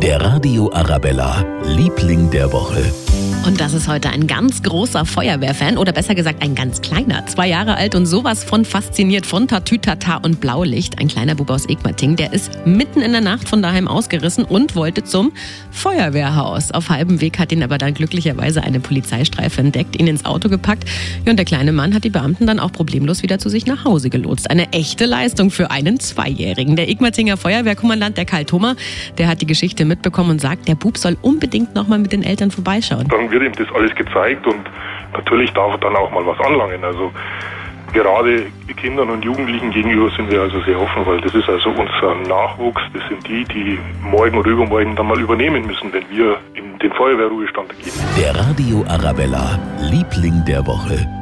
Der Radio Arabella, Liebling der Woche. Und das ist heute ein ganz großer Feuerwehrfan oder besser gesagt ein ganz kleiner. 2 Jahre alt und sowas von fasziniert von Tatütata und Blaulicht. Ein kleiner Bub aus Egmating, der ist mitten in der Nacht von daheim ausgerissen und wollte zum Feuerwehrhaus. Auf halbem Weg hat ihn aber dann glücklicherweise eine Polizeistreife entdeckt, ihn ins Auto gepackt. Ja, und der kleine Mann hat die Beamten dann auch problemlos wieder zu sich nach Hause gelotst. Eine echte Leistung für einen 2-Jährigen. Der Egmatinger Feuerwehrkommandant, der Karl Thoma, der hat die Geschichte mitbekommen und sagt, der Bub soll unbedingt nochmal mit den Eltern vorbeischauen. Dann wird ihm das alles gezeigt und natürlich darf er dann auch mal was anlangen. Also gerade Kindern und Jugendlichen gegenüber sind wir also sehr offen, weil das ist also unser Nachwuchs. Das sind die morgen oder übermorgen dann mal übernehmen müssen, wenn wir in den Feuerwehrruhestand gehen. Der Radio Arabella, Liebling der Woche.